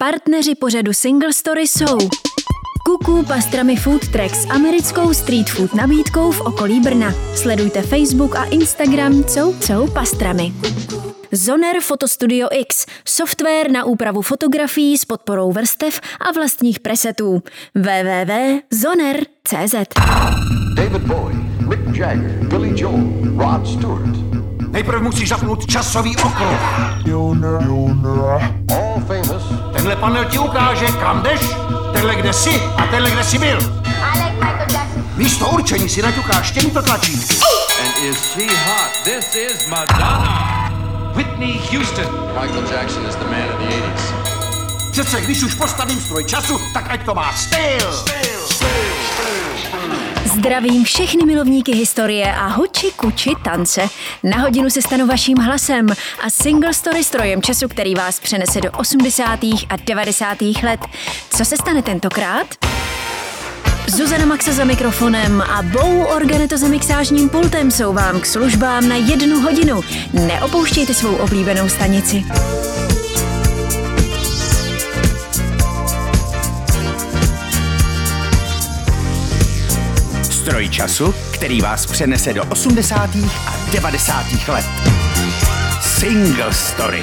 Partneři pořadu Single Story jsou Kuku Pastrami Food Truck s americkou street food nabídkou v okolí Brna. Sledujte Facebook a Instagram Cou Pastrami. Zoner Fotostudio X, software na úpravu fotografií s podporou vrstev a vlastních presetů. www.zoner.cz. David Bowie, Mick Jagger, Billy Joel, Rod Stewart. Nejprve musíš zapnout časový okruh. All famous. Tenhle panel ti ukáže, kam jdeš, tenhle kde jsi a tenhle kde jsi byl. Místo určení si naťukáš těmito tlačítky. And is she hot? This is Madonna. Whitney Houston. Michael Jackson is the man of the 80s. Přece když už postavím stroj času, tak ať to má styl. Zdravím všechny milovníky historie a huči kuči tance. Na hodinu se stanu vaším hlasem a Single Story strojem času, který vás přenese do 80. a 90. let. Co se stane tentokrát? Zuzana Maxa za mikrofonem a Bou Organeto za mixážním pultem jsou vám k službám na 1 hodinu. Neopouštějte svou oblíbenou stanici. Stroj času, který vás přenese do 80. a 90. let. Single Story.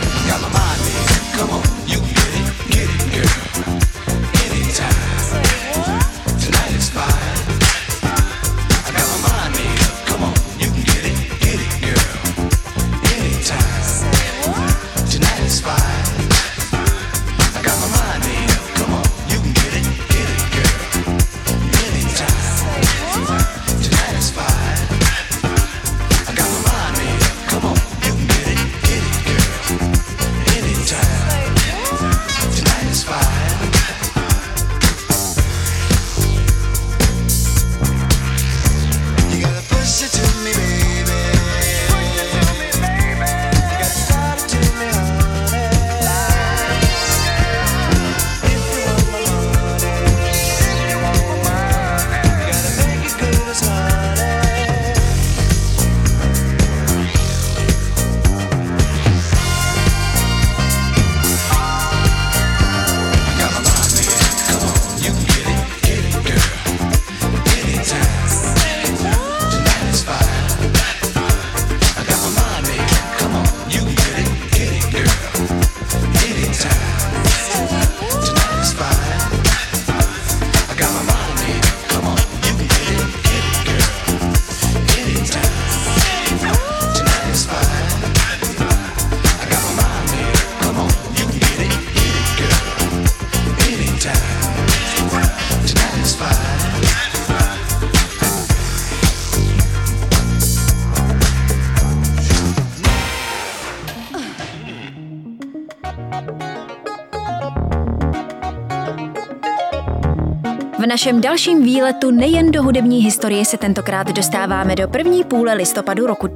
V našem dalším výletu nejen do hudební historie se tentokrát dostáváme do první půle listopadu roku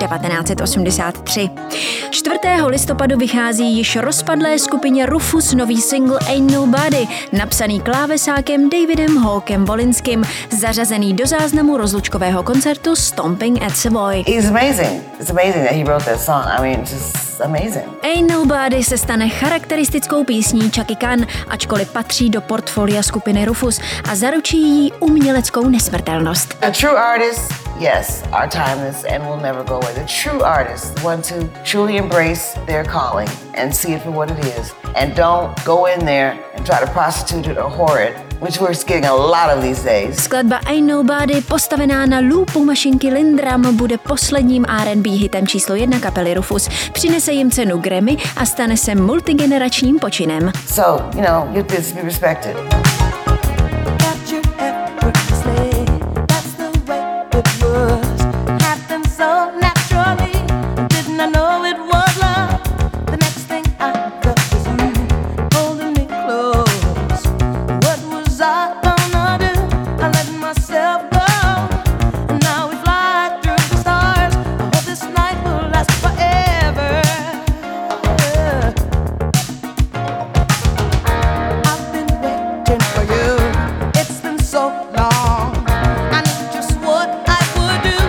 1983. 4. listopadu vychází již rozpadlé skupině Rufus nový single Ain't Nobody, napsaný klávesákem Davidem Hawkem Wolinským, zařazený do záznamu rozlučkového koncertu Stomping at Savoy. It's amazing that he wrote that song. I mean, just amazing. Ain't Nobody se stane charakteristickou písní Chucky Khan, ačkoliv patří do portfolia skupiny Rufus a zaručí jí uměleckou nesmrtelnost. A true artist, yes, are timeless and will never go away. The true artists want to truly embrace their calling and see it for what it is, and don't go in there and try to prostitute it or whore it, which we're getting a lot of these days. Skladba Ain't Nobody, postavená na loopu mašinky Lindrum, bude posledním R&B hitem číslo 1 kapely Rufus. Přinese jim cenu Grammy a stane se multigeneračním počinem. So, you know, you have to be respected. So long, I knew just what I would do.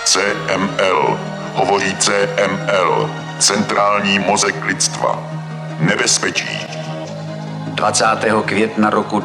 CML. Hovoří CML. Centrální mozek lidstva. Nebezpečí. 20. května roku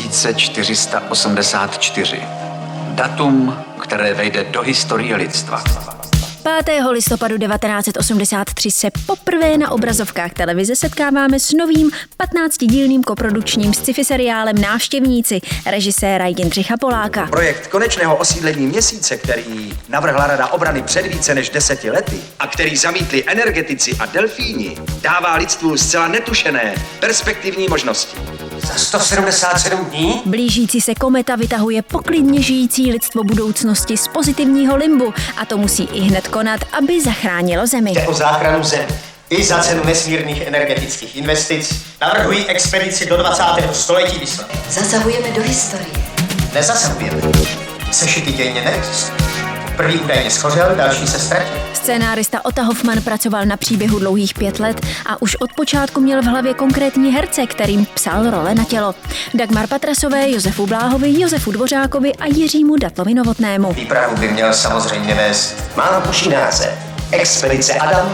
2484. Datum, které vejde do historie lidstva. 5. listopadu 1983 se poprvé na obrazovkách televize setkáváme s novým 15-dílným koprodukčním sci-fi seriálem Návštěvníci režiséra Jindřicha Poláka. Projekt konečného osídlení Měsíce, který navrhla Rada obrany před více než 10 lety a který zamítli energetici a delfíni, dává lidstvu zcela netušené perspektivní možnosti. Za 177 dní? Blížící se kometa vytahuje poklidně žijící lidstvo budoucnosti z pozitivního limbu a to musí i hned konat, aby zachránilo Zemi. Jde o záchranu Zemi. I za cenu nesmírných energetických investic navrhují expedici do 20. století vyslat. Zasahujeme do historie. Nezasahujeme. Sešity dějně neexistují. První údajně schořel, další se ztratil. Scénárista Ota Hoffman pracoval na příběhu dlouhých 5 let a už od počátku měl v hlavě konkrétní herce, kterým psal role na tělo. Dagmar Patrasové, Josefu Bláhovi, Josefu Dvořákovi a Jiřímu Datlovi Novotnému. Výpravu by měl samozřejmě vést málo puší název. Expedice Adam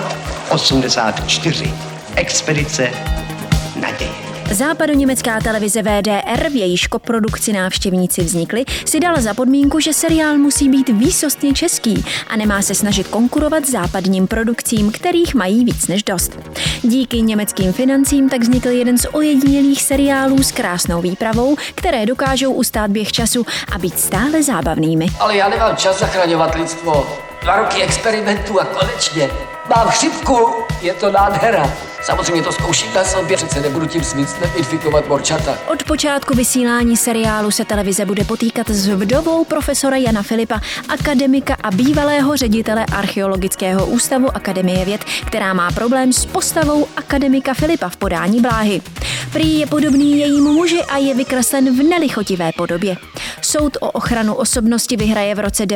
84. Expedice naděje. Západoněmecká televize VDR, v jejíž koprodukci Návštěvníci vznikly, si dala za podmínku, že seriál musí být výsostně český a nemá se snažit konkurovat západním produkcím, kterých mají víc než dost. Díky německým financím tak vznikl jeden z ojedinělých seriálů s krásnou výpravou, které dokážou ustát běh času a být stále zábavnými. Ale já nemám čas zachraňovat lidstvo. 2 roky experimentů a konečně mám chřipku, je to nádhera. Samozřejmě to zkouším na sobě, přece nebudu tím svícnem infikovat morčata. Od počátku vysílání seriálu se televize bude potýkat s vdovou profesora Jana Filipa, akademika a bývalého ředitele Archeologického ústavu Akademie věd, která má problém s postavou akademika Filipa v podání Bláhy. Prý je podobný jejímu muži a je vykreslen v nelichotivé podobě. Soud o ochranu osobnosti vyhraje v roce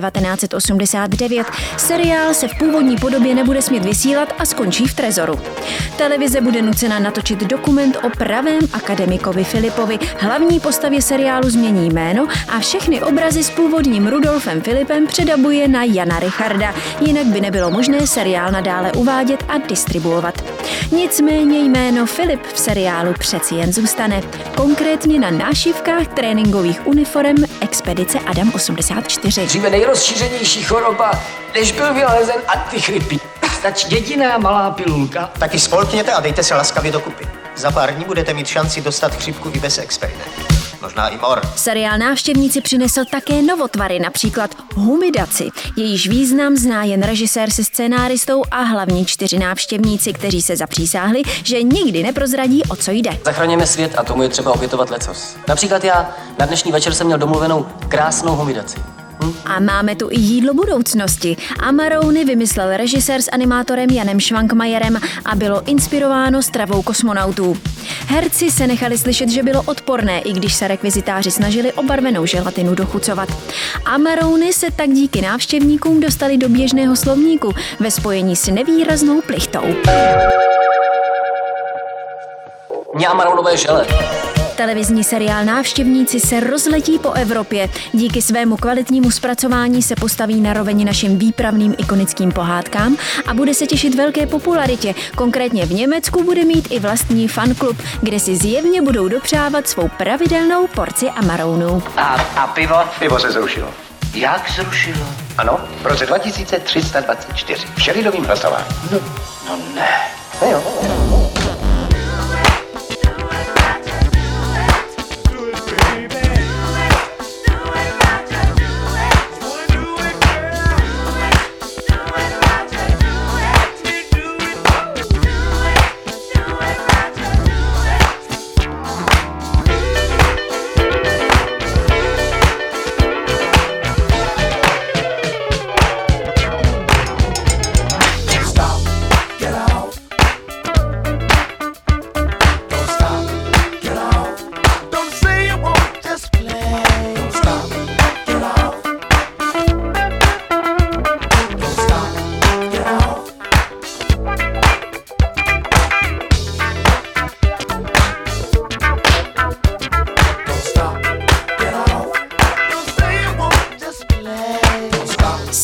1989. Seriál se v původní podobě nebude smět vysílat a skončí v trezoru. Televize bude nucena natočit dokument o pravém akademikovi Filipovi. Hlavní postavě seriálu změní jméno a všechny obrazy s původním Rudolfem Filipem předabuje na Jana Richarda. Jinak by nebylo možné seriál nadále uvádět a distribuovat. Nicméně jméno Filip v seriálu přeci jen zůstane. Konkrétně na nášivkách tréninkových uniforem Expedice Adam 84. Dříve nejrozšířenější choroba, než byl vynalezen antichrypí. Stačí jediná malá pilulka. Taky spolkněte a dejte se laskavě dokupy. Za pár dní budete mít šanci dostat chřipku i bez experimentu. Možná i mor. Seriál Návštěvníci přinesl také novotvary, například humidaci. Jejíž význam zná jen režisér se scénáristou a hlavní 4 návštěvníci, kteří se zapřísáhli, že nikdy neprozradí, o co jde. Zachraňujeme svět a tomu je třeba obětovat lecos. Například já na dnešní večer jsem měl domluvenou krásnou humidaci. A máme tu i jídlo budoucnosti. Amarouny vymyslel režisér s animátorem Janem Švankmajerem a bylo inspirováno stravou kosmonautů. Herci se nechali slyšet, že bylo odporné, i když se rekvizitáři snažili obarvenou želatinu dochucovat. Amarouny se tak díky návštěvníkům dostali do běžného slovníku ve spojení s nevýraznou plichtou. Mě amarounové žele. Televizní seriál Návštěvníci se rozletí po Evropě. Díky svému kvalitnímu zpracování se postaví na roveň našim výpravným ikonickým pohádkám a bude se těšit velké popularitě. Konkrétně v Německu bude mít i vlastní fanklub, kde si zjevně budou dopřávat svou pravidelnou porci amarounů. A pivo? Pivo se zrušilo. Jak zrušilo? Ano, v roce 2324. Všelidovým hlasováním. No ne. No jo.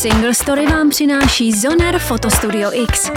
Single Story vám přináší Zoner Fotostudio X.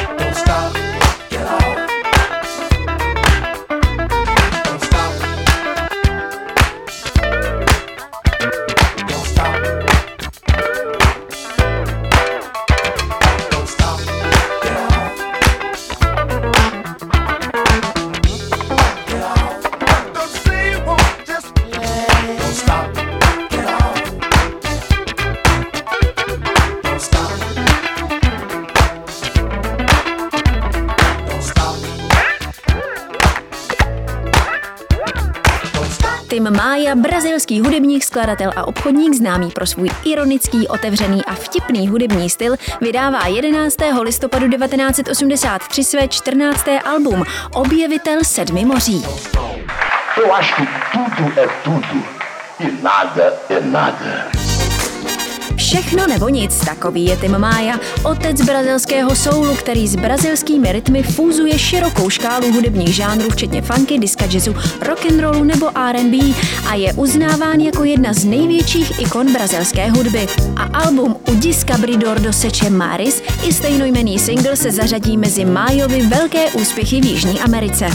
Tim Maia, brazilský hudebník, skladatel a obchodník, známý pro svůj ironický, otevřený a vtipný hudební styl, vydává 11. listopadu 1983 své 14. album Objevitel sedmi moří. Eu acho que tudo é tudo e nada é nada. Všechno nebo nic, takový je Tim Maia, otec brazilského soulu, který s brazilskými rytmy fúzuje širokou škálu hudebních žánrů, včetně funky, diska, jazzu, rock'n'rollu nebo R&B a je uznáván jako jedna z největších ikon brazilské hudby. A album O Descobridor do Sete Mares i stejnojmenný single se zařadí mezi Maiovy velké úspěchy v Jižní Americe.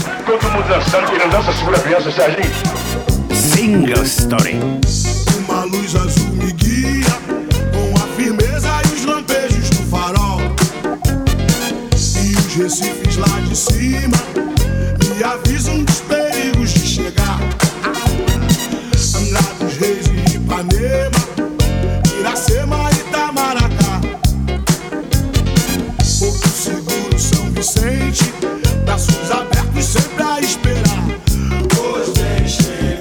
Single Story. Uma luz azul me guia com a firmeza e os lampejos do farol. E os recifes lá de cima me avisam dos perigos de chegar. Angra dos Reis e Ipanema, Iracema e Itamaracá. Porto Seguro, São Vicente, braços abertos sempre a esperar. Pois deixei.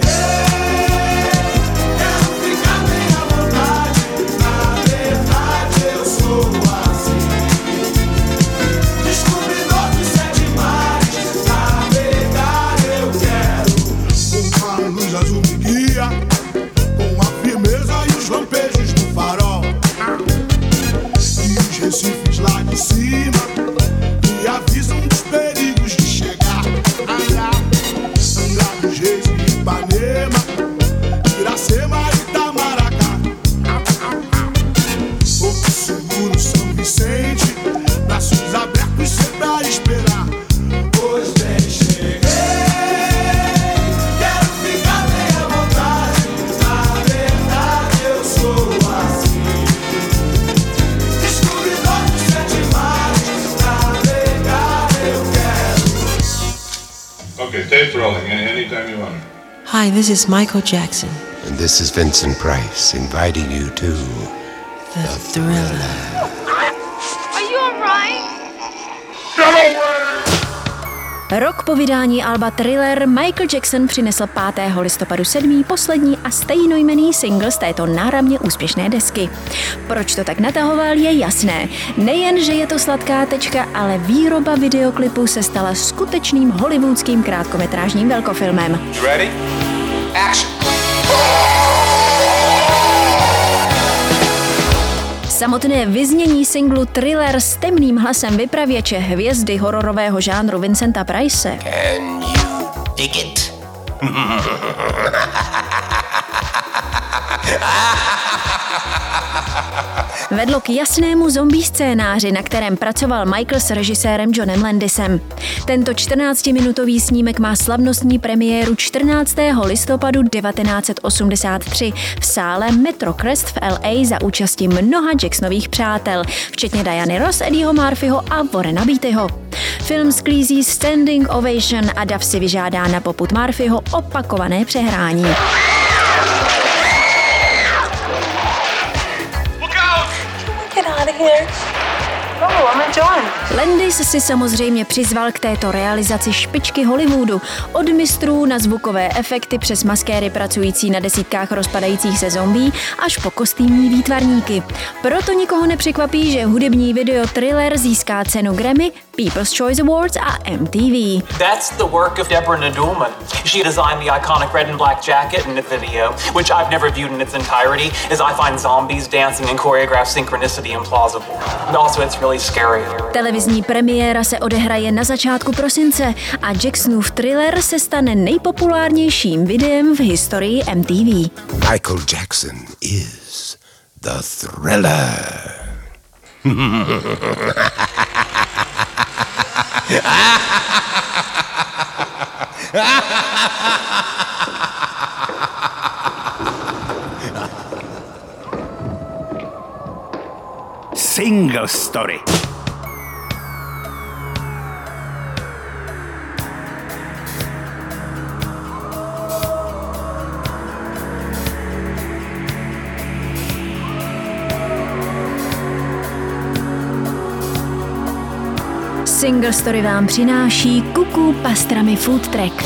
Recifes lá de cima me avisam dos perigos de chegar. Angra dos Reis e Ipanema, Iracema e Itamaracá. Porto Seguro, São Vicente, braços abertos sempre a esperar. Pois bem, cheguei, quero ficar bem à vontade. Na verdade eu sou assim. Okay, tape rolling anytime you want. Hi, this is Michael Jackson. And this is Vincent Price inviting you to The Thriller. Are you alright? Rok po vydání alba Thriller Michael Jackson přinesl 5. listopadu 7. poslední a stejnojmenný single z této náramně úspěšné desky. Proč to tak natahoval, je jasné. Nejen, že je to sladká tečka, ale výroba videoklipu se stala skutečným hollywoodským krátkometrážním velkofilmem. You ready? Action! Samotné vyznění singlu Thriller s temným hlasem vypravěče hvězdy hororového žánru Vincenta Price Can you dig it? vedlo k jasnému zombie scénáři, na kterém pracoval Michael s režisérem Johnem Landisem. Tento 14-minutový snímek má slavnostní premiéru 14. listopadu 1983 v sále Metro Crest v LA za účasti mnoha Jacksonových přátel, včetně Diany Ross, Eddieho Murphyho a Warrena Beattyho. Film sklízí standing ovation a dav si vyžádá na popud Murphyho opakované přehrání. Landis si samozřejmě přizval k této realizaci špičky Hollywoodu, od mistrů na zvukové efekty přes maskéry pracující na desítkách rozpadajících se zombie až po kostýmní výtvarníky. Proto nikoho nepřekvapí, že hudební video Thriller získá cenu Grammy, People's Choice Awards a MTV. That's the work of Deborah Nadoolman. She designed the iconic red and black jacket in the video, which I've never viewed in its entirety, as I find zombies dancing and choreographed synchronicity implausible. And also it's really scary. Televizní premiéra se odehraje na začátku prosince a Jacksonův Thriller se stane nejpopulárnějším videem v historii MTV. Michael Jackson is The Thriller. Single Story. Single Story vám přináší Kuku Pastrami Food Track.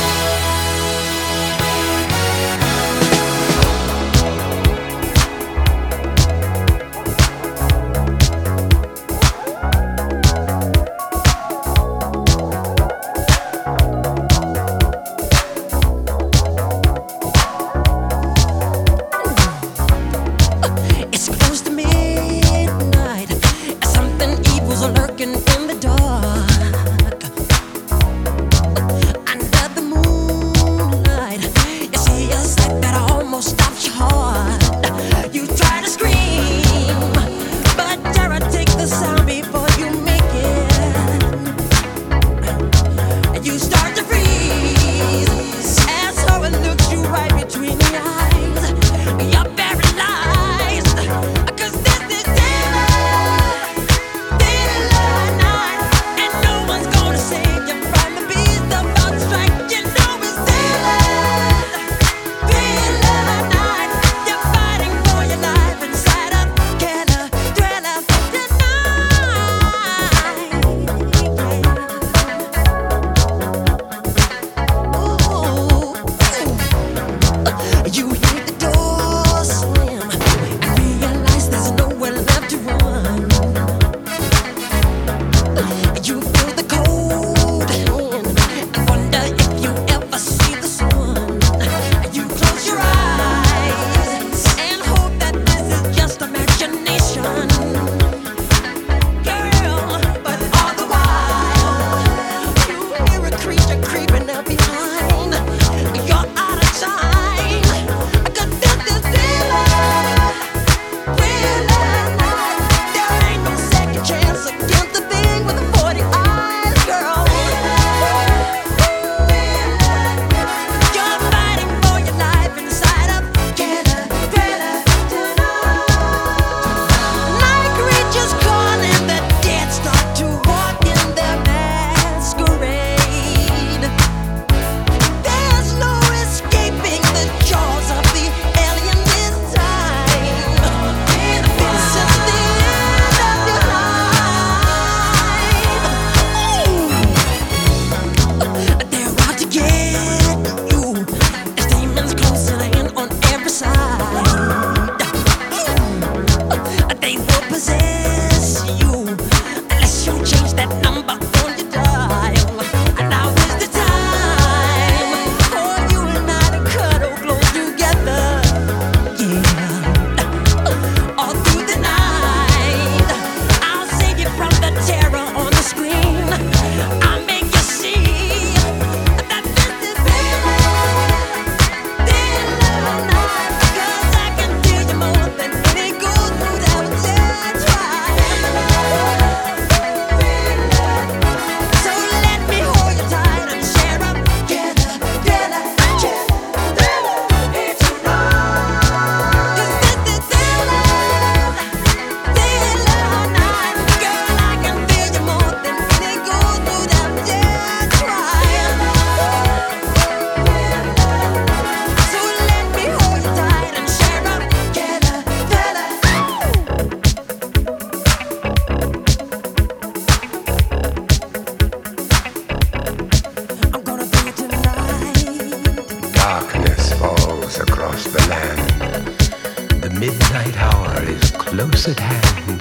close at hand.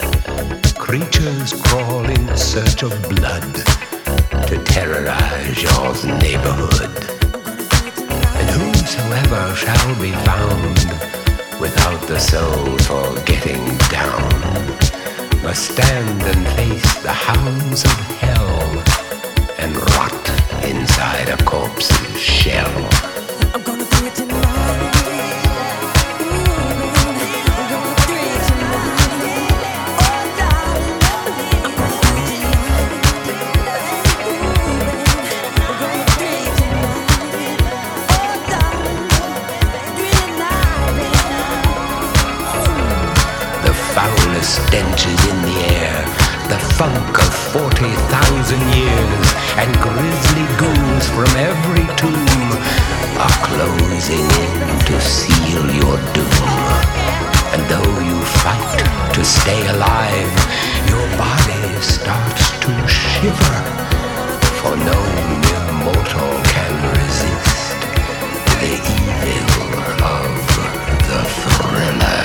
Creatures crawl in search of blood to terrorize your neighborhood. And whosoever shall be found without the soul for getting down must stand and face the hounds of hell and rot inside a corpse's shell. I'm gonna do it tonight. I'm gonna stenches in the air, the funk of 40,000 years, and grisly ghouls from every tomb are closing in to seal your doom. And though you fight to stay alive, your body starts to shiver, for no mere mortal can resist the evil of the thriller.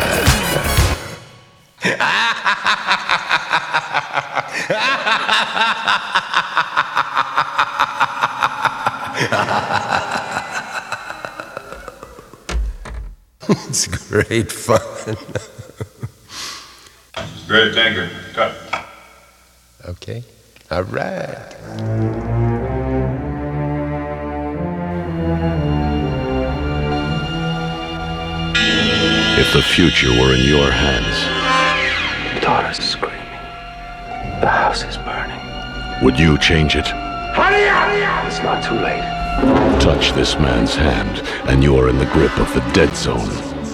It's great fun. Great tanker. Cut. Okay. All right. If the future were in your hands, Daughter's screaming. The house is burning. would you change it? Hurry up! It's not too late. Touch this man's hand, and you are in the grip of the dead zone.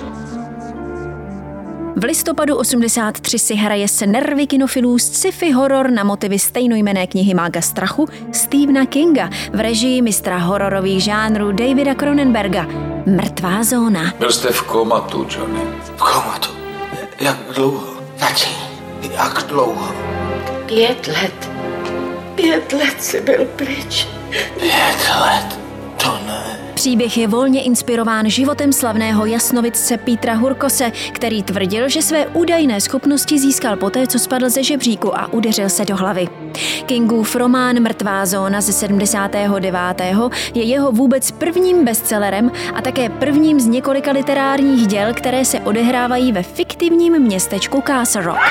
V listopadu 83 si hraje s nervy kinofilů sci-fi horor na motivy stejnojmenné knihy Mága strachu Stephena Kinga v režii mistra hororových žánrů Davida Cronenberga. Mrtvá zóna. Byl jste v komatu, Johnny. V komatu? Jak dlouho? Tati, jak dlouho? 5 let. 5 let jsi byl pryč. 5 let? To ne. Příběh je volně inspirován životem slavného jasnovidce Petra Hurkose, který tvrdil, že své údajné schopnosti získal poté, co spadl ze žebříku a udeřil se do hlavy. Kingův román Mrtvá zóna ze 79. je jeho vůbec prvním bestsellerem a také prvním z několika literárních děl, které se odehrávají ve fiktivním městečku Castle Rock.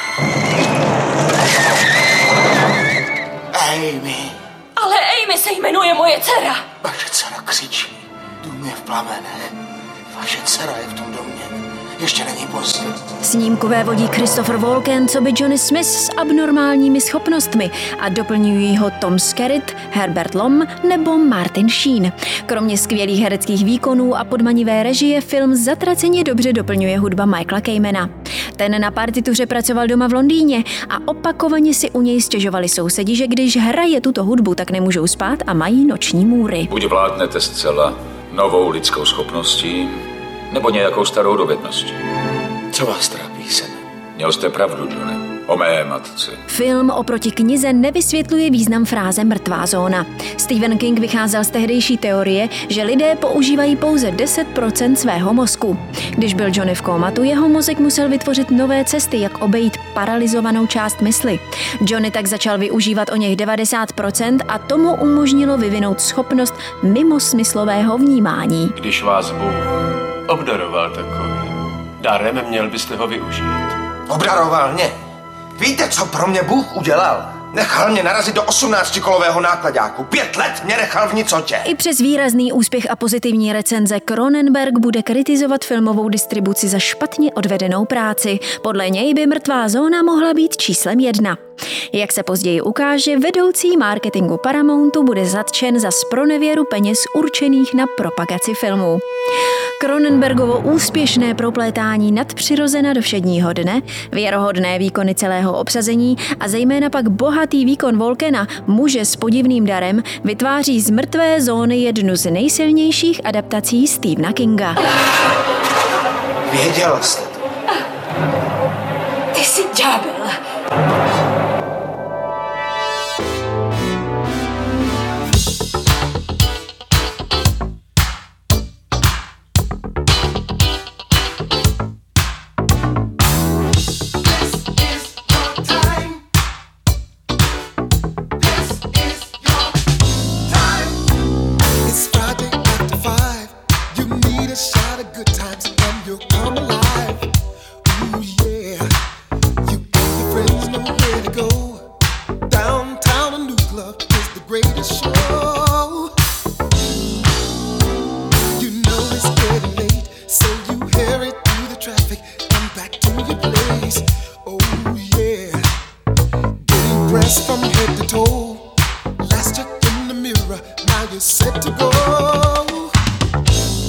Amy. Ale Amy se jmenuje moje dcera. Vaše dcera křičí. Dům je v plamenech. Vaše dcera je v tom domě. Ještě není pozdě. Snímkové vodí Christopher Walken coby Johnny Smith s abnormálními schopnostmi a doplňují ho Tom Skerritt, Herbert Lom nebo Martin Sheen. Kromě skvělých hereckých výkonů a podmanivé režie film zatraceně dobře doplňuje hudba Michaela Kaymana. Ten na partituře pracoval doma v Londýně a opakovaně si u něj stěžovali sousedi, že když hraje tuto hudbu, tak nemůžou spát a mají noční můry. Buď vládnete zcela novou lidskou schopností, nebo nějakou starou dovedností. Co vás trápí, syne? Měl jste pravdu, Johnny. O mé matce. Film oproti knize nevysvětluje význam fráze mrtvá zóna. Stephen King vycházel z tehdejší teorie, že lidé používají pouze 10% svého mozku. Když byl Johnny v kómatu, jeho mozek musel vytvořit nové cesty, jak obejít paralyzovanou část mysli. Johnny tak začal využívat o něch 90% a tomu umožnilo vyvinout schopnost mimosmyslového vnímání. Když vás Bůh obdaroval takovým darem, měl byste ho využít. Obdaroval mě. Víte, co pro mě Bůh udělal? Nechal mě narazit do 18kolového nákladáku. 5 let mě nechal v nicotě. I přes výrazný úspěch a pozitivní recenze Cronenberg bude kritizovat filmovou distribuci za špatně odvedenou práci. Podle něj by Mrtvá zóna mohla být číslem 1. Jak se později ukáže, vedoucí marketingu Paramountu bude zatčen za zpronevěru peněz určených na propagaci filmů. Cronenbergovo úspěšné proplétání nadpřirozena do všedního dne, věrohodné výkony celého obsazení a zejména pak bohatý výkon Walkena, muže s podivným darem, vytváří z Mrtvé zóny jednu z nejsilnějších adaptací Stephena Kinga. Věděl jste to. Ty jsi ďábel.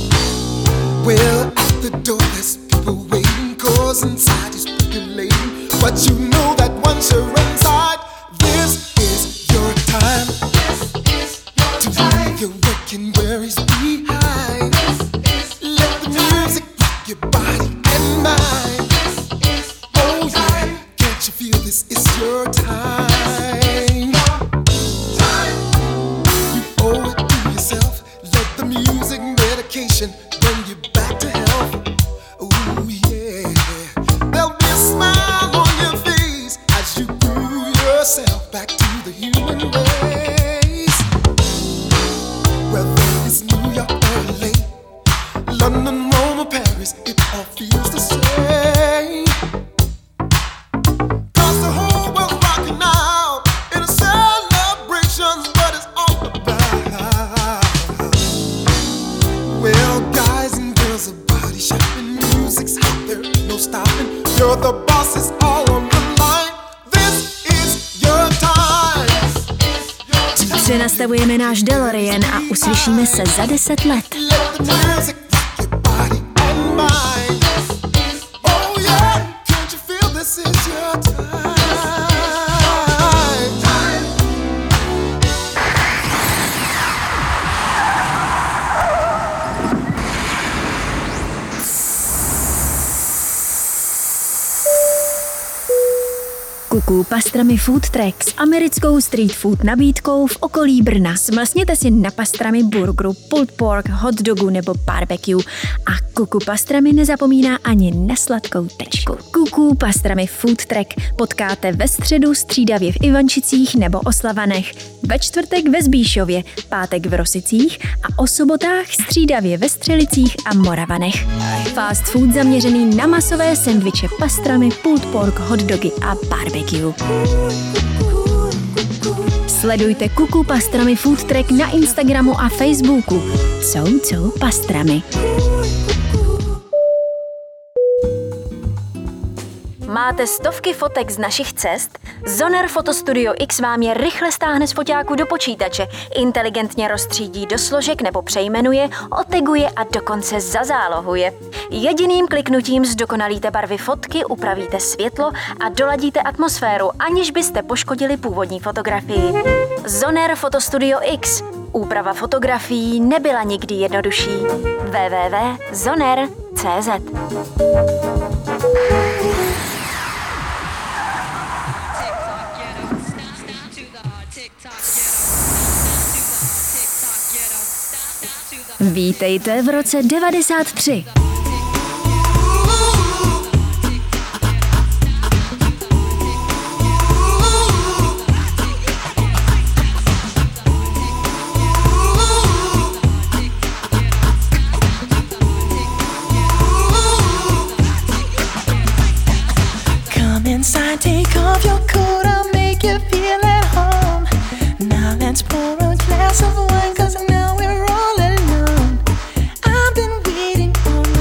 Well, at the door there's people waiting, cause inside is speculating. But you know that once you're inside, this is your time to leave your working worries behind. Let the music rock your body and mind. Oh yeah, can't you feel this is your time? You owe it to yourself. Let the music medication bring you back to health. Ooh yeah, there'll be a smile on your face as you groove yourself back to the human race. Whether it's New York or LA, London, Rome or Paris, it all feels the same. 'Cause the whole world's rocking now in a celebration, but it's all about. Well, guys and girls are body shopping, music's out there, no stopping. You're the boss, it's all on the line. This is your time. Přenastavujeme náš DeLorean a uslyšíme se za 10 let. Let the music rock your body and mind. Oh yeah, can't you feel this is your time? Kuku Pastrami Food Truck s americkou street food nabídkou v okolí Brna. Smlsněte si na pastrami burgeru, pulled pork, hot dogu nebo barbecue. A Kuku Pastrami nezapomíná ani na sladkou tečku. Kuku Pastrami Food Truck potkáte ve středu střídavě v Ivančicích nebo Oslavanech, ve čtvrtek ve Zbíšově, pátek v Rosicích a o sobotách střídavě ve Střelicích a Moravanech. Fast food zaměřený na masové sendviče, pastrami, pulled pork, hot dogy a barbecue. Sledujte Kuku Pastrami Food Truck na Instagramu a Facebooku. Jsou pastrami. Máte stovky fotek z našich cest? Zoner Fotostudio X vám je rychle stáhne z foťáku do počítače, inteligentně rozstřídí do složek nebo přejmenuje, otaguje a dokonce zazálohuje. Jediným kliknutím zdokonalíte barvy fotky, upravíte světlo a doladíte atmosféru, aniž byste poškodili původní fotografii. Zoner Fotostudio X. Úprava fotografií nebyla nikdy jednodušší. www.zoner.cz Vítejte v roce 93. Come inside, take off your coat, I'll make you feel at home. Now let's pour a glass of wine, 'cause now we're all alone. I've been waiting all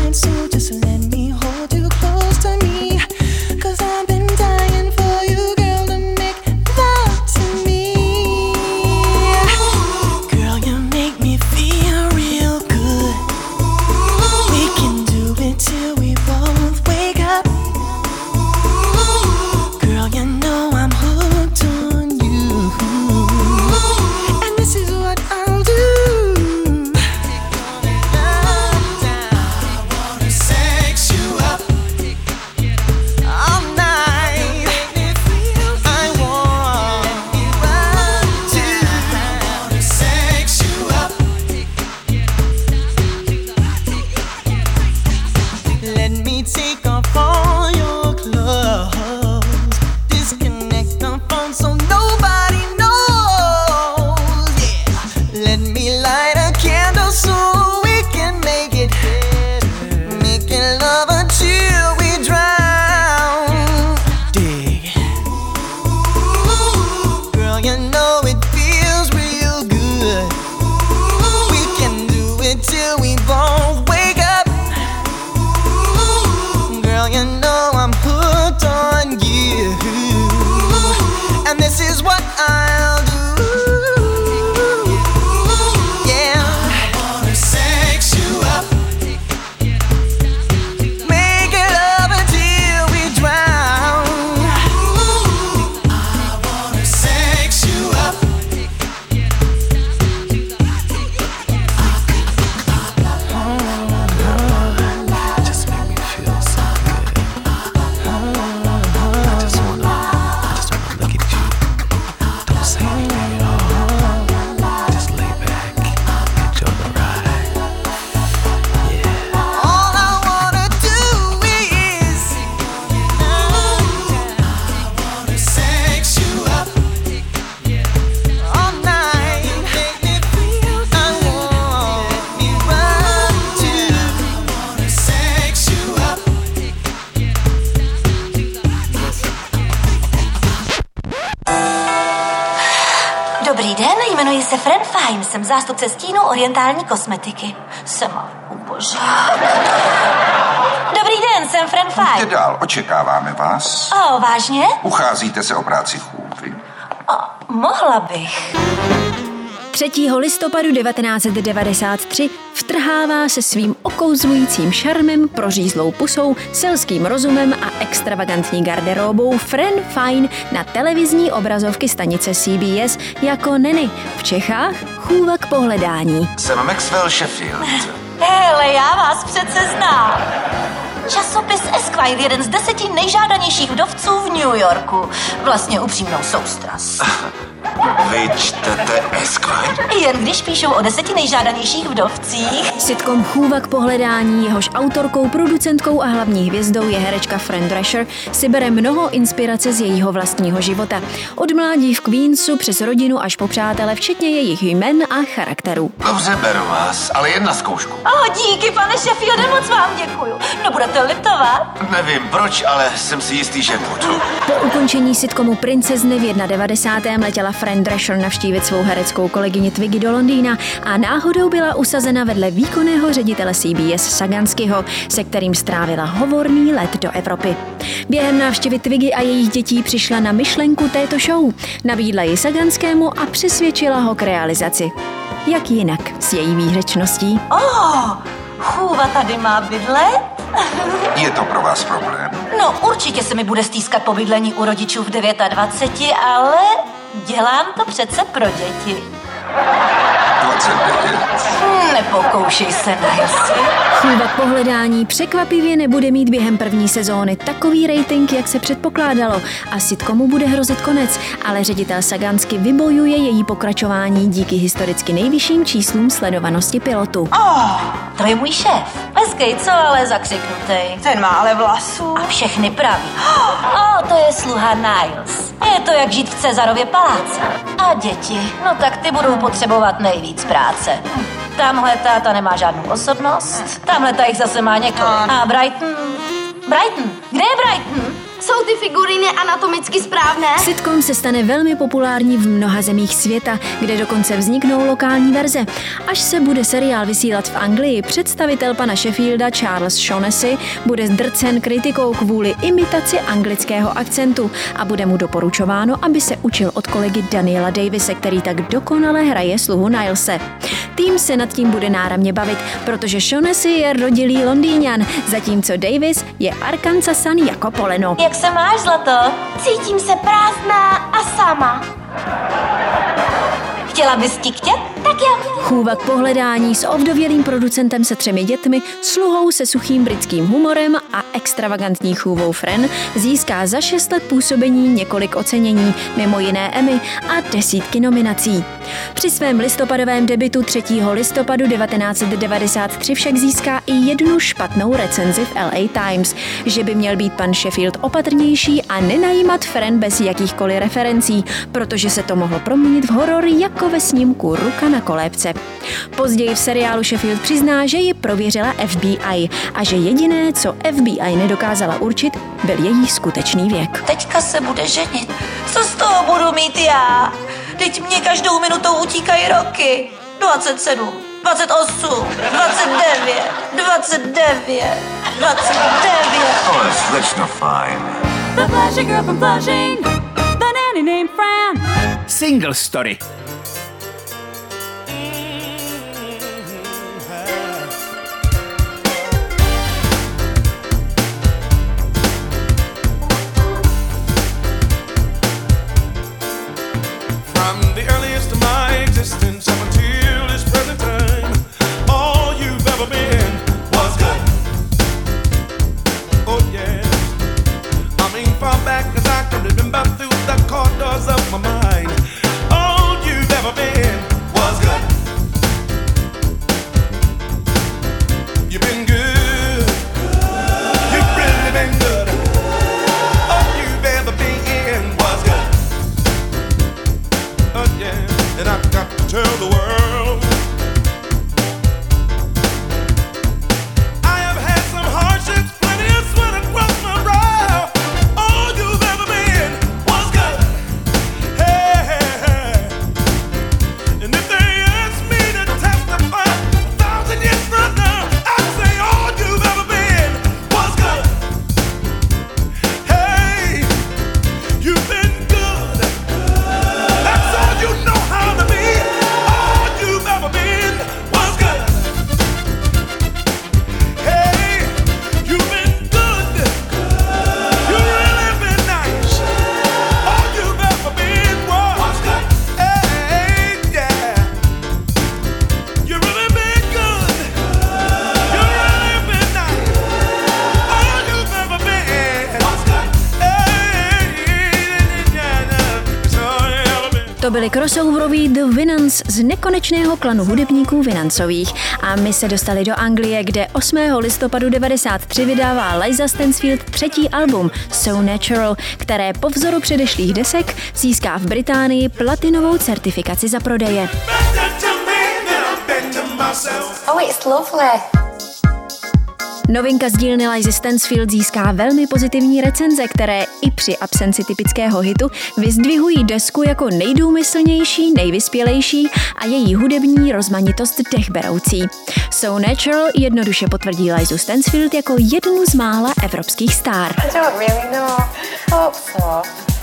Jmenuji se Fran Fine, jsem zástupce stínu orientální kosmetiky. Sama, bože. Dobrý den, jsem Fran Fine. Pojďte dál, očekáváme vás. Vážně? Ucházíte se o práci chůvy? Mohla bych. 3. listopadu 1993 vtrhává se svým okouzlujícím šarmem, prořízlou pusou, selským rozumem a extravagantní garderobou Fran Fine na televizní obrazovky stanice CBS jako Nanny. V Čechách chůva k pohledání. Jsem Maxwell Sheffield. Hele, já vás přece znám. Časopis Esquire, jeden z 10 nejžádanějších vdovců v New Yorku. Vlastně upřímnou soustrast. Vy čtete Esquire? Jen když píšou o 10 nejžádanějších vdovcích. Sitcom Chůva k pohledání, jehož autorkou, producentkou a hlavní hvězdou je herečka Fran Drescher, si bere mnoho inspirace z jejího vlastního života. Od mládí v Queensu přes rodinu až po přátele, včetně jejich jmen a charakterů. Dobře, beru vás, ale jen na zkoušku. Díky, pane Sheffielde, moc vám děkuju. No budete litovat? Nevím proč, ale jsem si jistý, že budu. Po ukončení sitcomu Princezny v 91. letěla Fran Drescher navštívit svou hereckou kolegyni Twiggy do Londýna a náhodou byla usazena vedle výkonného ředitele CBS Saganskyho, se kterým strávila hovorný let do Evropy. Během návštěvy Twiggy a jejich dětí přišla na myšlenku této show. Nabídla ji Saganskému a přesvědčila ho k realizaci. Jak jinak s její výřečností? Chůva tady má bydlet? Je to pro vás problém? No, určitě se mi bude stýskat po bydlení u rodičů v 29, ale dělám to přece pro děti. 29. Nepokoušej se, Nilesi. Chůva k pohledání překvapivě nebude mít během první sezóny takový rating, jak se předpokládalo, a sitcomu bude hrozit konec, ale ředitel Sagansky vybojuje její pokračování díky historicky nejvyšším číslům sledovanosti pilotů. To je můj šéf. Hezkej, co ale zakřiknutej. Ten má ale vlasů. A všechny praví. To je sluha Niles. Je to jak žít v Cezarově paláci. A děti, no tak ty budou potřebovat nejvíc práce. Tamhle táta nemá žádnou osobnost, tamhle ta jich zase má několik. A Brighton? Kde je Brighton? Jsou ty figuriny anatomicky správné? Sitcom se stane velmi populární v mnoha zemích světa, kde dokonce vzniknou lokální verze. Až se bude seriál vysílat v Anglii, představitel pana Sheffielda Charles Shaughnessy bude zdrcen kritikou kvůli imitaci anglického akcentu a bude mu doporučováno, aby se učil od kolegy Daniela Davise, který tak dokonale hraje sluhu Nilese. Tým se nad tím bude náramně bavit, protože Shaughnessy je rodilý Londýňan, zatímco Davis je Arkansasan jako poleno. Jak se máš, zlato? Cítím se prázdná a sama. Chtěla bys tiktě? Tak jo. Chůva k pohledání s ovdovělým producentem se 3 dětmi, sluhou se suchým britským humorem a extravagantní chůvou Fran získá za 6 let působení několik ocenění, mimo jiné Emmy a desítky nominací. Při svém listopadovém debutu 3. listopadu 1993 však získá i jednu špatnou recenzi v LA Times, že by měl být pan Sheffield opatrnější a nenajímat Fran bez jakýchkoliv referencí, protože se to mohlo proměnit v horor jako ve snímku Ruka na kolébce. Později v seriálu Sheffield přizná, že ji prověřila FBI a že jediné, co FBI nedokázala určit, byl její skutečný věk. Teďka se bude ženit. Co z toho budu mít já? Teď mě každou minutou utíkají roky. 27, 28, 29, 29, 29. Ale slečno fajn. The Flashing Girl from Flushing, the nanny named Fran. Single Story. Far back as I can remember through the corridors of my mind. All you've To byli crossoveroví The Winans z nekonečného klanu hudebníků Winansových. A my se dostali do Anglie, kde 8. listopadu 93 vydává Liza Stansfield třetí album So Natural, které po vzoru předešlých desek získá v Británii platinovou certifikaci za prodeje. Oh, it's lovely. Novinka z dílny Lizy Stansfield získá velmi pozitivní recenze, které i při absenci typického hitu vyzdvihují desku jako nejdůmyslnější, nejvyspělejší a její hudební rozmanitost dechberoucí. So Natural jednoduše potvrdí Lizu Stansfield jako jednu z mála evropských star. I don't really know. Hope so.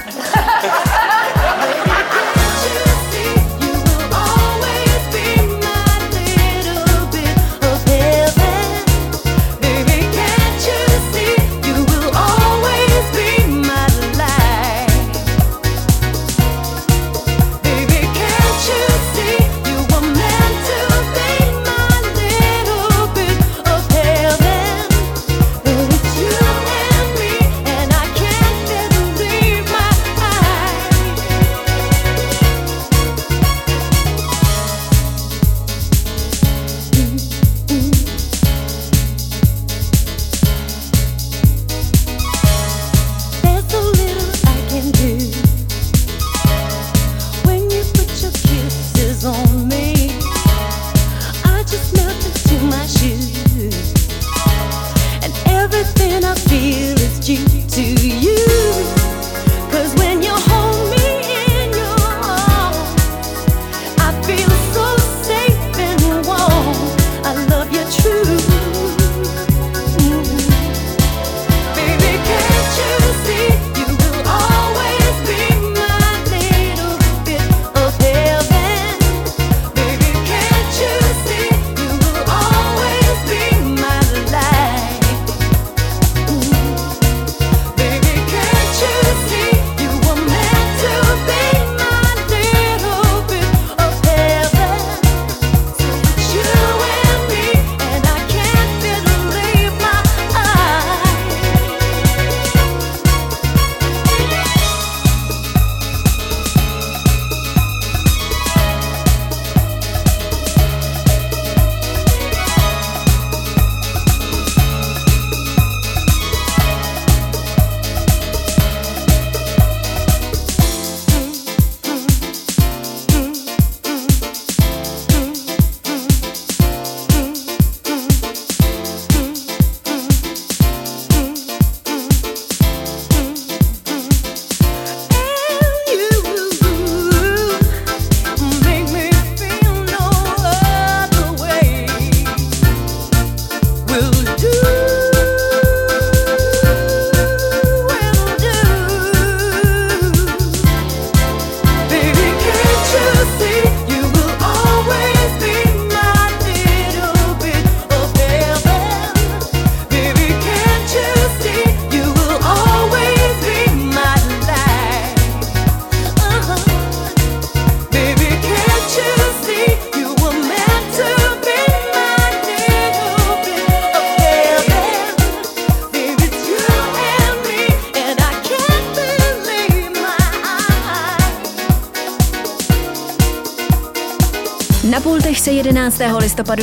Na pultech se 11. listopadu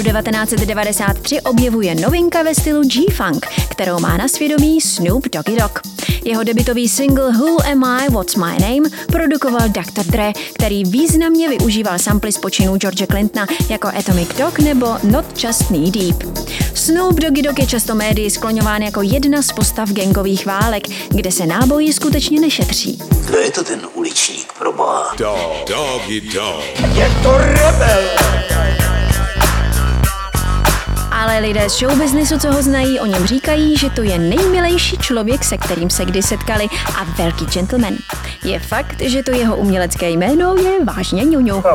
1993 objevuje novinka ve stylu G-Funk, kterou má na svědomí Snoop Doggy Dogg. Jeho debutový single Who Am I, What's My Name produkoval Dr. Dre, který významně využíval samply z počinů George Clintona jako Atomic Dog nebo Not Just Knee Deep. Snoop Doggy Dogg je často médii skloňován jako jedna z postav gangových válek, kde se náboji skutečně nešetří. Kdo je to ten uličník, proboha? Doggy Dogg. Je to rebel! Ale lidé z showbiznesu, co ho znají, o něm říkají, že to je nejmilejší člověk, se kterým se kdy setkali a velký gentleman. Je fakt, že to jeho umělecké jméno je vážně ňuňu.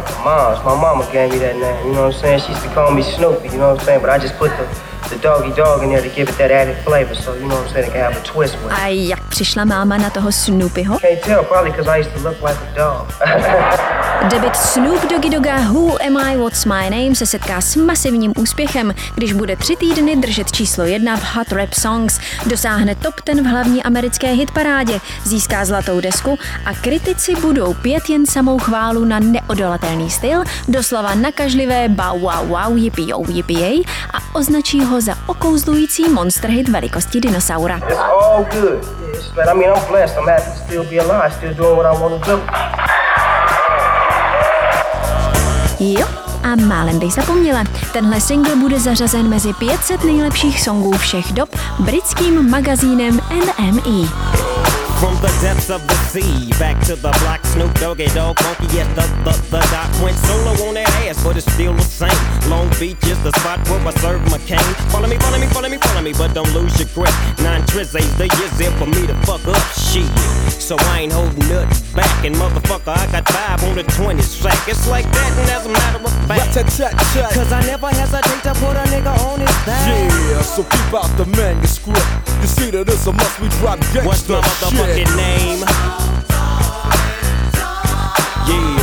A jak přišla máma na toho Snoopyho? Debut Snoop Doggy Dogga Who Am I What's My Name se setká s masivním úspěchem, když bude 3 týdny držet číslo 1 v Hot Rap Songs, dosáhne top 10 v hlavní americké hitparádě, získá zlatou desku a kritici budou pět jen samou chválu na neodolatelný styl, doslova nakažlivé bow wow wow yippee oh yippee a označí ho za okouzlující monster hit velikosti dinosaura. It's all good. I mean, I'm blessed. I'm happy to still be alive, still doing what I want to do. Jo, a málem bych zapomněla. Tenhle single bude zařazen mezi 500 nejlepších songů všech dob britským magazínem NME. From the depths of the sea, back to the block, Snoop Doggy Dogg, funky, yes, the doc went solo on that ass, but it's still the same. Long Beach is the spot where I serve my cane. Follow me, but don't lose your grip. 9 trizzies, the years there for me to fuck up shit. So I ain't holding nothing back, and motherfucker, I got 5 on the 20 sack. It's like that, and as a matter of fact, cause I never hesitate to put a nigga on his back. Yeah, so keep out the manuscript. You see that it's a must, we drop gangsta. What's my motherfucking name? Yeah.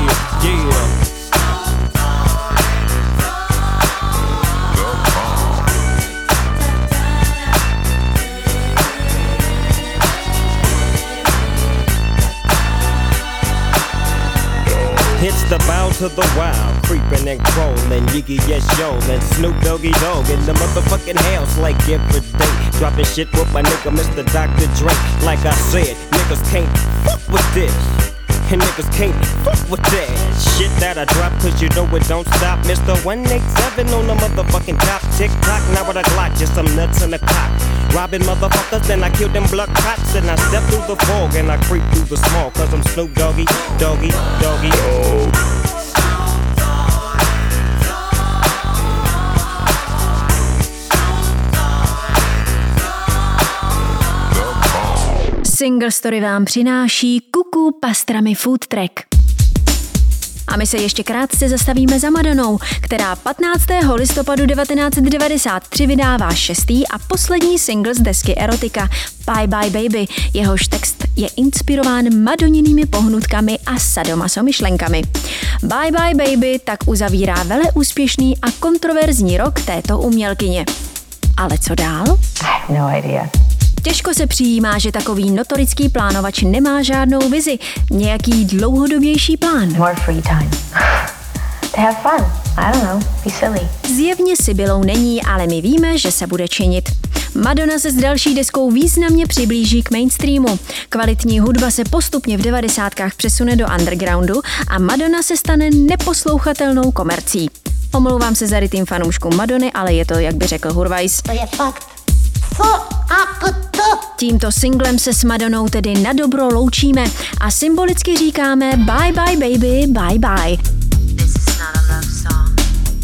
It's the bow to the wild, creeping and crawling, Yiggy yes yo, and Snoop Doggy Dogg in the motherfucking house like every day. Dropping shit with my nigga Mr. Dr. Dre. Like I said, niggas can't fuck with this, and niggas can't fuck with that shit that I drop, cause you know it don't stop. Mr. 187 on the motherfucking top, tick tock, now with a Glock, just some nuts in the cock. Robbing motherfuckers, then I kill them blood cops, and I step through the fog and I creep through the small, cause I'm Snoop Doggy, Doggy, Doggy. Single Story vám přináší Kuku pastrami Food Track. A my se ještě krátce zastavíme za Madonou, která 15. listopadu 1993 vydává 6. a poslední single z desky Erotika Bye Bye Baby. Jehož text je inspirován Madoninými pohnutkami a sadomaso myšlenkami. Bye Bye Baby tak uzavírá veleúspěšný a kontroverzní rok této umělkyně. Ale co dál? I have no idea. Těžko se přijímá, že takový notorický plánovač nemá žádnou vizi, nějaký dlouhodobější plán. More free time. To have fun. I don't know. Be silly. Zjevně Sibylou není, ale my víme, že se bude činit. Madonna se s další deskou významně přiblíží k mainstreamu. Kvalitní hudba se postupně v 90kách přesune do undergroundu a Madonna se stane neposlouchatelnou komercí. Omlouvám se zarytým fanouškům Madony, ale je to, jak by řekl Hurvajs. To je fakt. Tímto singlem se s Madonou tedy na dobro loučíme a symbolicky říkáme bye bye baby, bye bye. This is not a love song.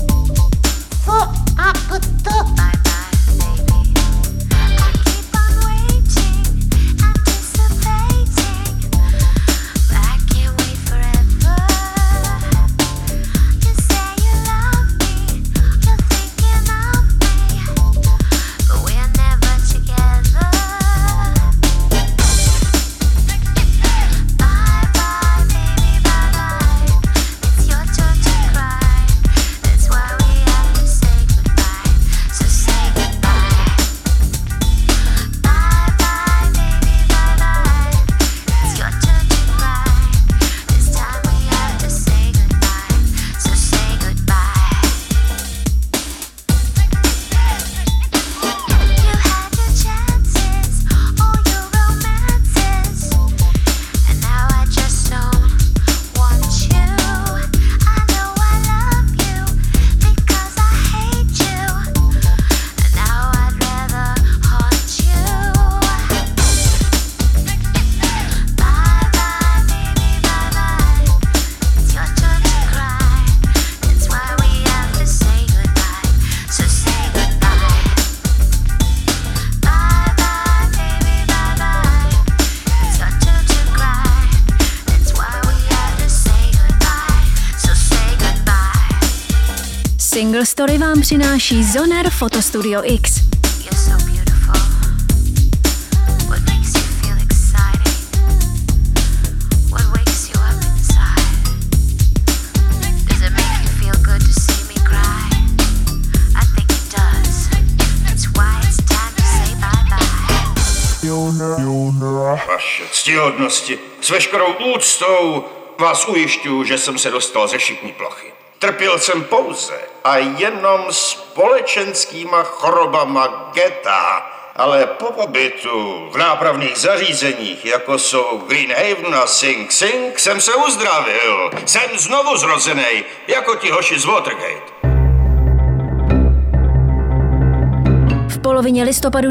Single Story vám přináší Zoner Fotostudio X. Vaše ctihodnosti, s veškerou úctou vás ujišťuju, že jsem se dostal ze šikmý plochy. Trpěl jsem pouze a jenom společenskýma chorobama geta, ale po pobytu v nápravných zařízeních, jako jsou Green Haven a Sing Sing, jsem se uzdravil. Jsem znovu zrozený, jako ti hoši z Watergate. V polovině listopadu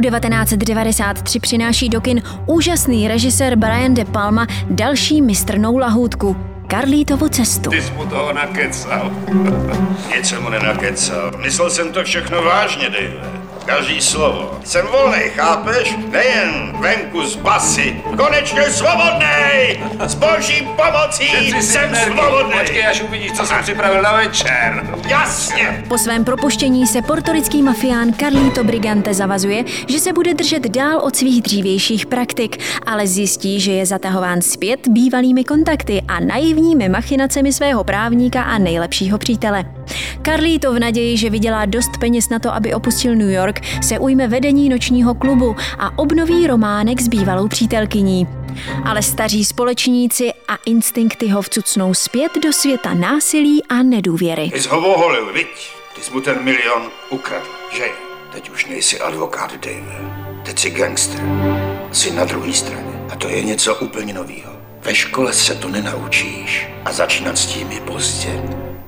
1993 přináší do kin úžasný režisér Brian De Palma další mistrnou lahůdku, Carlitovu cestu. Ty jsi mu toho nakecal. Nic jsem mu nenakecal. Myslel jsem to všechno vážně, Dave. Každý slovo. Jsem volnej, chápeš? Nejen venku z basy. Konečně svobodnej! S boží pomocí jsem svobodnej! Počkej, až uvidíš, co jsem připravil na večer. Jasně! Po svém propuštění se portorický mafián Carlito Brigante zavazuje, že se bude držet dál od svých dřívějších praktik, ale zjistí, že je zatahován zpět bývalými kontakty a naivními machinacemi svého právníka a nejlepšího přítele. Carlito v naději, že vydělá dost peněz na to, aby opustil New York, se ujme vedení nočního klubu a obnoví románek s bývalou přítelkyní. Ale staří společníci a instinkty ho vcucnou zpět do světa násilí a nedůvěry. Ty jsi ho oholil, viď? Ty jsi mu ten milion ukradl, že? Teď už nejsi advokát, Dave. Teď jsi gangster. Jsi na druhé straně. A to je něco úplně novýho. Ve škole se to nenaučíš. A začínat s tím je pozdě.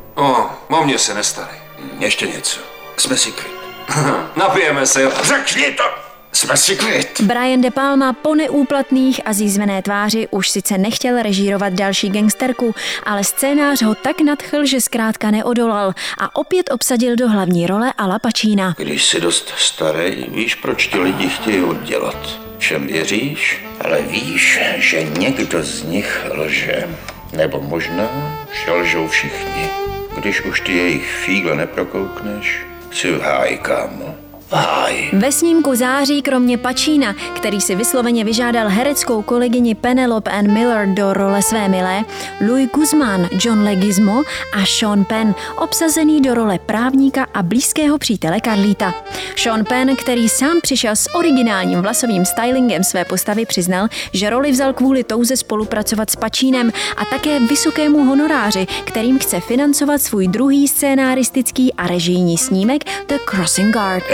O mě se nestarej. Ještě něco. Jsme si kvit. Napijeme se. Řekni to! Jsme si kvit. Brian De Palma po neúplatných a zízvené tváři už sice nechtěl režírovat další gangsterku, ale scénář ho tak nadchl, že zkrátka neodolal a opět obsadil do hlavní role Ala Pacina. Když jsi dost starý, víš, proč ti lidi chtějí oddělat. Všem věříš, ale víš, že někdo z nich lže. Nebo možná, že lžou všichni. Když už ty jejich fígle neprokoukneš, jsi v háji, kámo. Ve snímku září kromě Pacina, který si vysloveně vyžádal hereckou kolegyni Penelope Ann Miller do role své milé, Louis Guzman, John Leguizamo a Sean Penn, obsazený do role právníka a blízkého přítele Carlita. Sean Penn, který sám přišel s originálním vlasovým stylingem své postavy, přiznal, že roli vzal kvůli touze spolupracovat s Pacinem a také vysokému honoráři, kterým chce financovat svůj druhý scénaristický a režijní snímek The Crossing Guard.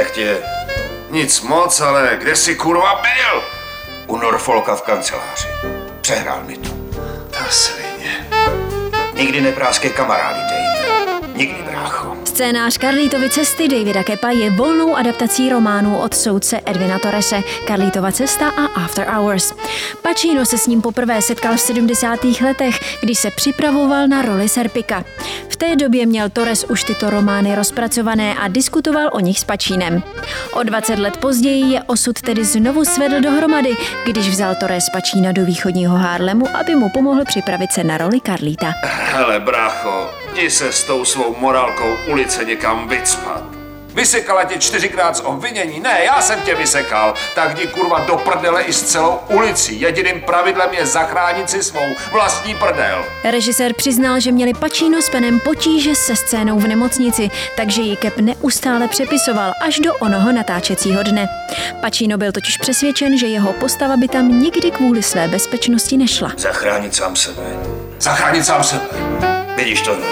Nic moc, ale kde jsi kurva byl? U Norfolka v kanceláři. Přehrál mi to. Ta svině. Nikdy nepráskej kamarády, Dave. Nikdy, brácho. Scénář Carlitovy cesty Davida Kepa je volnou adaptací románu od soudce Edwina Torrese Carlitova cesta a After Hours. Pacino se s ním poprvé setkal v 70. letech, když se připravoval na roli Serpika. V té době měl Torres už tyto romány rozpracované a diskutoval o nich s Pacinem. O 20 let později je osud tedy znovu svedl dohromady, když vzal Torres Pacina do východního Harlemu, aby mu pomohl připravit se na roli Carlita. Hele, brácho, jdi se s tou svou morálkou ulice někam vycpat. Vysekala tě 4krát z obvinění? Ne, já jsem tě vysekal. Tak jdi kurva do prdele i s celou ulicí. Jediným pravidlem je zachránit si svou vlastní prdel. Režisér přiznal, že měli Pacino s Penem potíže se scénou v nemocnici, takže ji Kep neustále přepisoval až do onoho natáčecího dne. Pacino byl totiž přesvědčen, že jeho postava by tam nikdy kvůli své bezpečnosti nešla. Zachránit sám sebe. Zachránit sám sebe. Vidíš to?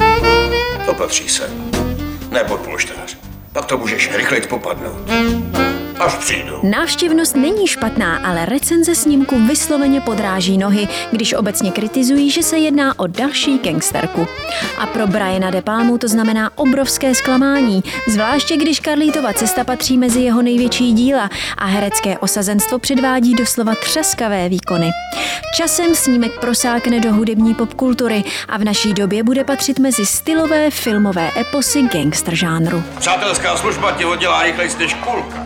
To patří sem. Ne pod polštář. Tak to můžeš rychleji popadnout. Až přijdou. Návštěvnost není špatná, ale recenze snímku vysloveně podráží nohy, když obecně kritizují, že se jedná o další gangsterku. A pro Briana De Palmu to znamená obrovské zklamání, zvláště když Carlitova cesta patří mezi jeho největší díla a herecké osazenstvo předvádí doslova třaskavé výkony. Časem snímek prosákne do hudební popkultury a v naší době bude patřit mezi stylové filmové eposy gangster žánru. Přátelská služba tě oddělá rychleji než kulka.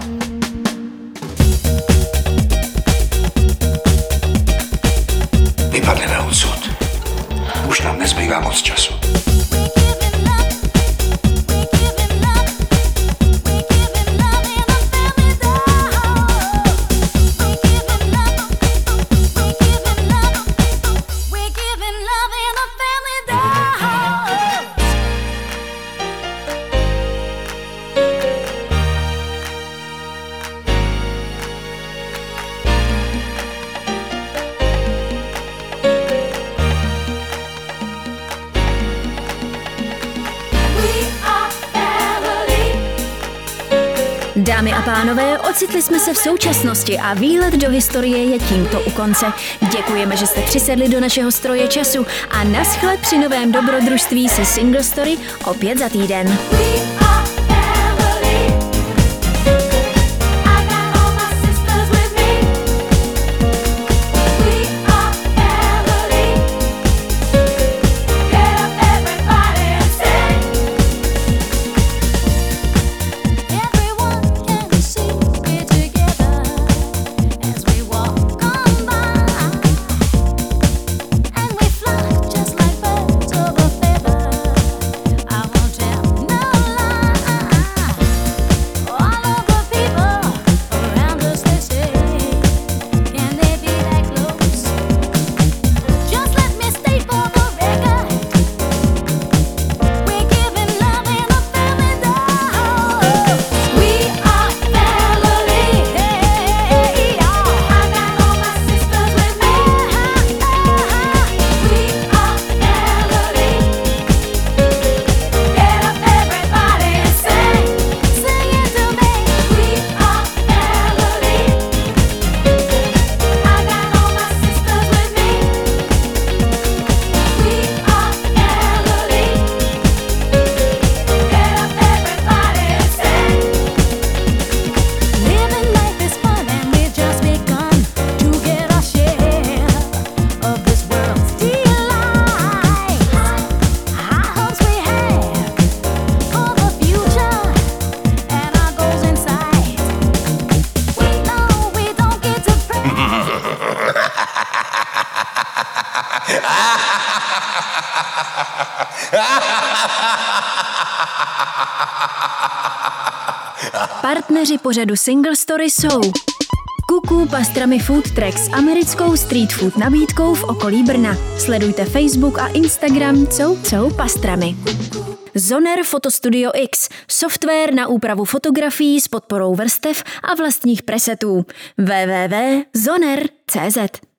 Vypadneme odsud. Už nám nezbývá moc času. Dámy a pánové, ocitli jsme se v současnosti a výlet do historie je tímto u konce. Děkujeme, že jste přisedli do našeho stroje času a naschle při novém dobrodružství se Single Story opět za týden. Partneři pořadu Single Story jsou Kuku Pastrami Food Truck s americkou street food nabídkou v okolí Brna. Sledujte Facebook a Instagram Cou Pastrami. Zoner Fotostudio X, software na úpravu fotografií s podporou vrstev a vlastních presetů. www.zoner.cz